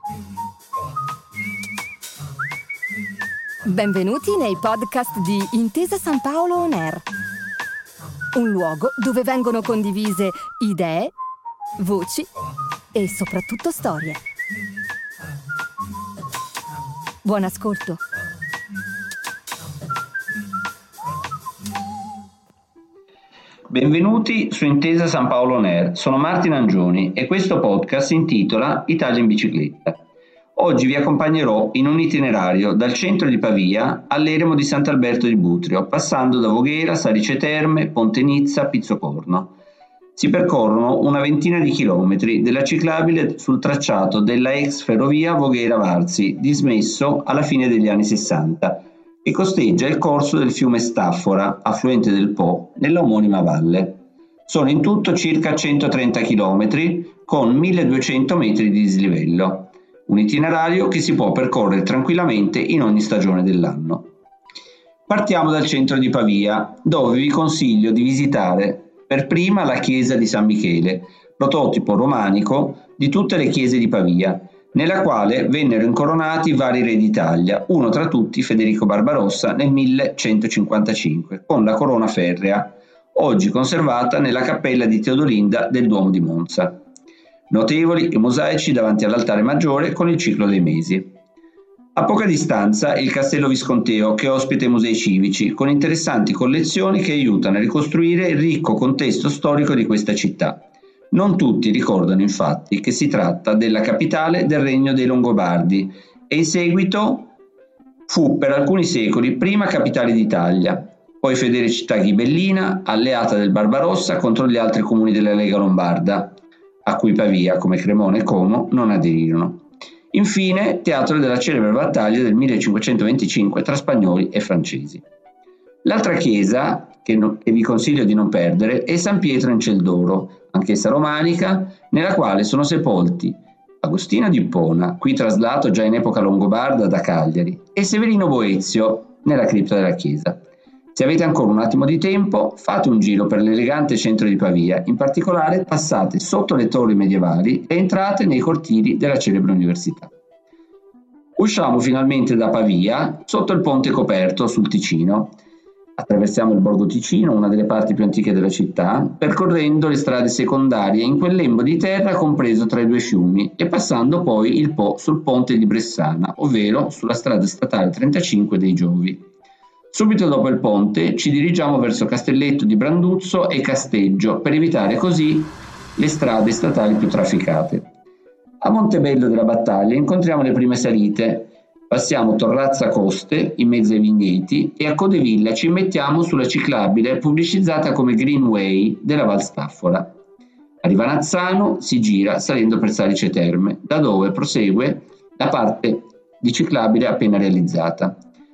Benvenuti nei podcast di Intesa San Paolo On Air, un luogo dove vengono condivise idee, voci e soprattutto storie. Buon ascolto. Benvenuti su Intesa San Paolo On Air, sono Martin Angioni e questo podcast si intitola Italia in bicicletta. Oggi vi accompagnerò in un itinerario dal centro di Pavia all'eremo di Sant'Alberto di Butrio, passando da Voghera, Salice Terme, Ponte Nizza, Pizzocorno. Si percorrono una ventina di chilometri della ciclabile sul tracciato della ex ferrovia Voghera-Varzi, dismesso alla fine degli anni 60, che costeggia il corso del fiume Staffora, affluente del Po, nella omonima valle. Sono in tutto circa 130 chilometri con 1200 metri di dislivello. Un itinerario che si può percorrere tranquillamente in ogni stagione dell'anno. Partiamo dal centro di Pavia, dove vi consiglio di visitare per prima la chiesa di San Michele, prototipo romanico di tutte le chiese di Pavia, nella quale vennero incoronati vari re d'Italia, uno tra tutti Federico Barbarossa nel 1155, con la corona ferrea, oggi conservata nella cappella di Teodolinda del Duomo di Monza. Notevoli i mosaici davanti all'altare maggiore con il ciclo dei mesi. A poca distanza il Castello Visconteo, che ospita i musei civici con interessanti collezioni che aiutano a ricostruire il ricco contesto storico di questa città. Non tutti ricordano infatti che si tratta della capitale del regno dei Longobardi e in seguito fu per alcuni secoli prima capitale d'Italia, poi fedele città ghibellina, alleata del Barbarossa contro gli altri comuni della Lega Lombarda, a cui Pavia, come Cremona e Como, non aderirono. Infine, teatro della celebre battaglia del 1525 tra spagnoli e francesi. L'altra chiesa, che vi consiglio di non perdere, è San Pietro in Celdoro, anch'essa romanica, nella quale sono sepolti Agostino di Ippona, qui traslato già in epoca longobarda da Cagliari, e Severino Boezio, nella cripta della chiesa. Se avete ancora un attimo di tempo, fate un giro per l'elegante centro di Pavia, in particolare passate sotto le torri medievali e entrate nei cortili della celebre università. Usciamo finalmente da Pavia sotto il ponte coperto sul Ticino. Attraversiamo il Borgo Ticino, una delle parti più antiche della città, percorrendo le strade secondarie in quel lembo di terra compreso tra i due fiumi e passando poi il Po sul ponte di Bressana, ovvero sulla strada statale 35 dei Giovi. Subito dopo il ponte ci dirigiamo verso Castelletto di Branduzzo e Casteggio per evitare così le strade statali più trafficate. A Montebello della Battaglia incontriamo le prime salite, passiamo Torrazza Coste in mezzo ai vigneti e a Codevilla ci mettiamo sulla ciclabile pubblicizzata come Greenway della Val Staffora. A Rivanazzano si gira salendo per Salice Terme, da dove prosegue la parte di ciclabile appena realizzata.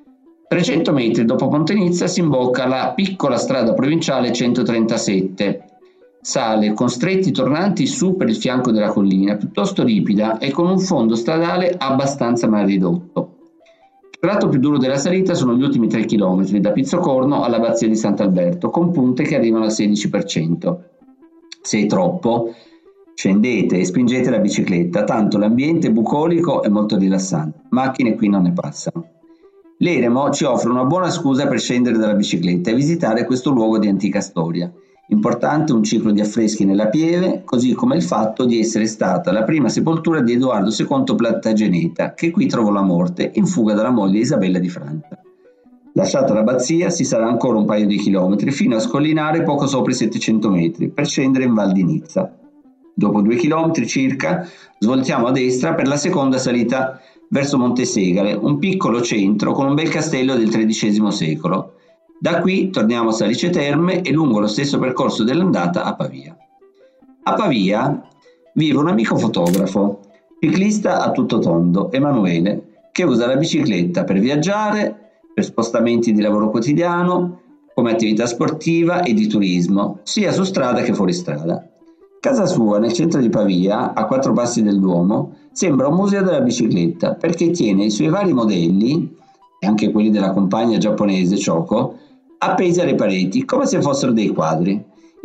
300 metri dopo Ponte Nizza si imbocca la piccola strada provinciale 137. Sale con stretti tornanti su per il fianco della collina, piuttosto ripida e con un fondo stradale abbastanza mal ridotto. Il tratto più duro della salita sono gli ultimi 3 km, da Pizzocorno all'abbazia di Sant'Alberto, con punte che arrivano al 16%. Se è troppo, scendete e spingete la bicicletta, tanto l'ambiente bucolico è molto rilassante. Macchine qui non ne passano. L'eremo ci offre una buona scusa per scendere dalla bicicletta e visitare questo luogo di antica storia. Importante un ciclo di affreschi nella pieve, così come il fatto di essere stata la prima sepoltura di Edoardo II Plantageneta, che qui trovò la morte in fuga dalla moglie Isabella di Francia. Lasciata l'abbazia si sarà ancora un paio di chilometri fino a scollinare poco sopra i 700 metri per scendere in Val di Nizza. Dopo 2 chilometri circa svoltiamo a destra per la seconda salita verso Montesegale, un piccolo centro con un bel castello del XIII secolo. Da qui torniamo a Salice Terme e lungo lo stesso percorso dell'andata a Pavia. A Pavia vive un amico fotografo, ciclista a tutto tondo, Emanuele, che usa la bicicletta per viaggiare, per spostamenti di lavoro quotidiano, come attività sportiva e di turismo, sia su strada che fuori strada. Casa sua, nel centro di Pavia, a 4 passi del Duomo, sembra un museo della bicicletta perché tiene i suoi vari modelli, e anche quelli della compagna giapponese Choco, appesi alle pareti come se fossero dei quadri.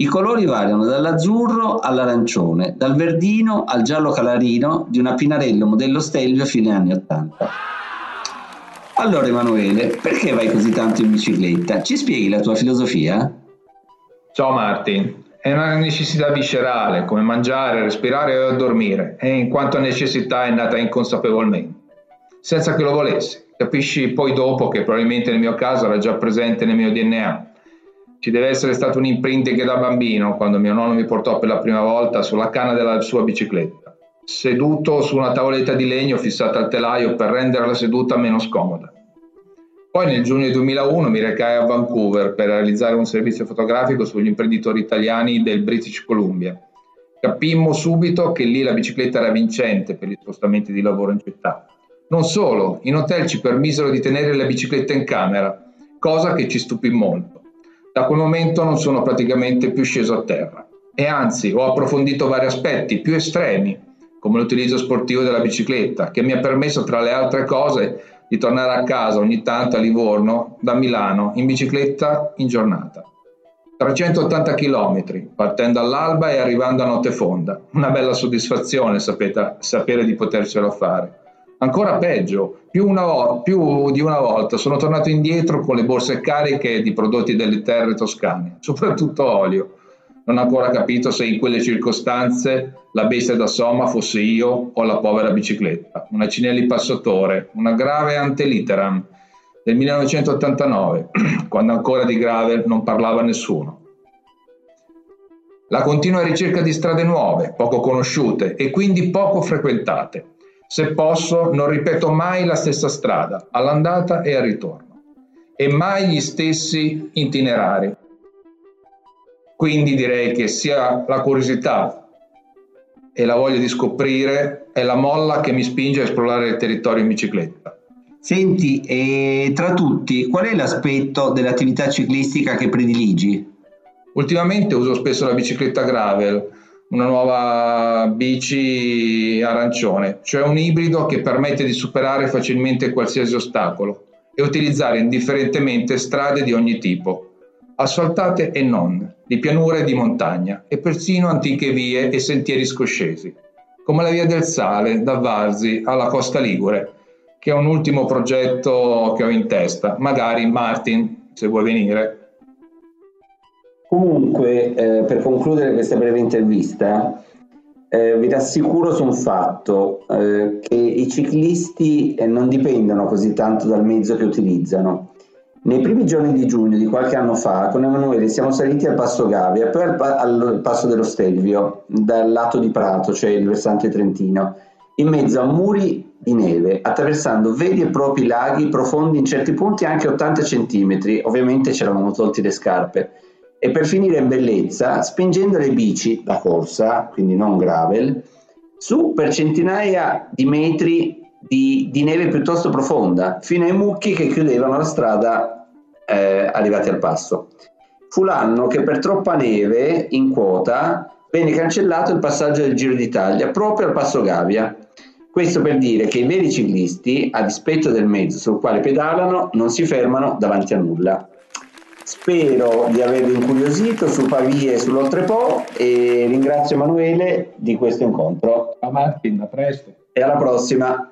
I colori variano dall'azzurro all'arancione, dal verdino al giallo calarino di una Pinarello modello Stelvio fine anni '80. Allora Emanuele, perché vai così tanto in bicicletta? Ci spieghi la tua filosofia? Ciao Martin, è una necessità viscerale, come mangiare, respirare o dormire, e in quanto necessità è nata inconsapevolmente, senza che lo volessi. Capisci poi dopo che probabilmente nel mio caso era già presente nel mio DNA. Ci deve essere stato un imprinting da bambino, quando mio nonno mi portò per la prima volta sulla canna della sua bicicletta, seduto su una tavoletta di legno fissata al telaio per rendere la seduta meno scomoda. Poi nel giugno 2001 mi recai a Vancouver per realizzare un servizio fotografico sugli imprenditori italiani del British Columbia. Capimmo subito che lì la bicicletta era vincente per gli spostamenti di lavoro in città. Non solo, in hotel ci permisero di tenere la bicicletta in camera, cosa che ci stupì molto. Da quel momento non sono praticamente più sceso a terra e anzi ho approfondito vari aspetti più estremi, come l'utilizzo sportivo della bicicletta, che mi ha permesso tra le altre cose di tornare a casa ogni tanto a Livorno da Milano in bicicletta in giornata. 380 km, partendo all'alba e arrivando a notte fonda. Una bella soddisfazione sapere di potercelo fare. Ancora peggio, più di una volta sono tornato indietro con le borse cariche di prodotti delle terre toscane, soprattutto olio. Non ho ancora capito se in quelle circostanze la bestia da somma fossi io o la povera bicicletta. Un Acinelli Passatore, una Grave Anteliteram del 1989, quando ancora di Gravel non parlava nessuno. La continua ricerca di strade nuove, poco conosciute e quindi poco frequentate. Se posso, non ripeto mai la stessa strada, all'andata e al ritorno, e mai gli stessi itinerari. Quindi direi che sia la curiosità e la voglia di scoprire è la molla che mi spinge a esplorare il territorio in bicicletta. Senti, e tra tutti, qual è l'aspetto dell'attività ciclistica che prediligi? Ultimamente uso spesso la bicicletta gravel, una nuova bici arancione, cioè un ibrido che permette di superare facilmente qualsiasi ostacolo e utilizzare indifferentemente strade di ogni tipo, asfaltate e non, di pianura e di montagna, e persino antiche vie e sentieri scoscesi, come la Via del Sale da Varzi alla Costa Ligure, che è un ultimo progetto che ho in testa. Magari Martin, se vuoi venire. Comunque, per concludere questa breve intervista, vi rassicuro su un fatto, che i ciclisti non dipendono così tanto dal mezzo che utilizzano. Nei primi giorni di giugno di qualche anno fa, con Emanuele siamo saliti al Passo Gavia, poi al Passo dello Stelvio, dal lato di Prato, cioè il versante trentino, in mezzo a muri di neve, attraversando veri e propri laghi profondi in certi punti anche 80 centimetri, ovviamente ci eravamo tolti le scarpe, e per finire in bellezza spingendo le bici da corsa, quindi non gravel, su per centinaia di metri di neve piuttosto profonda, fino ai mucchi che chiudevano la strada arrivati al passo. Fu l'anno che per troppa neve in quota venne cancellato il passaggio del Giro d'Italia proprio al Passo Gavia. Questo per dire che i veri ciclisti, a dispetto del mezzo sul quale pedalano, non si fermano davanti a nulla. Spero di avervi incuriosito su Pavia e sull'Oltrepo e ringrazio Emanuele di questo incontro. Ciao Martin, a presto. E alla prossima.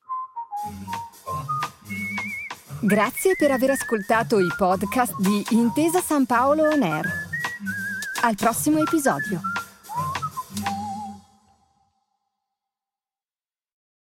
Grazie per aver ascoltato i podcast di Intesa San Paolo On Air. Al prossimo episodio.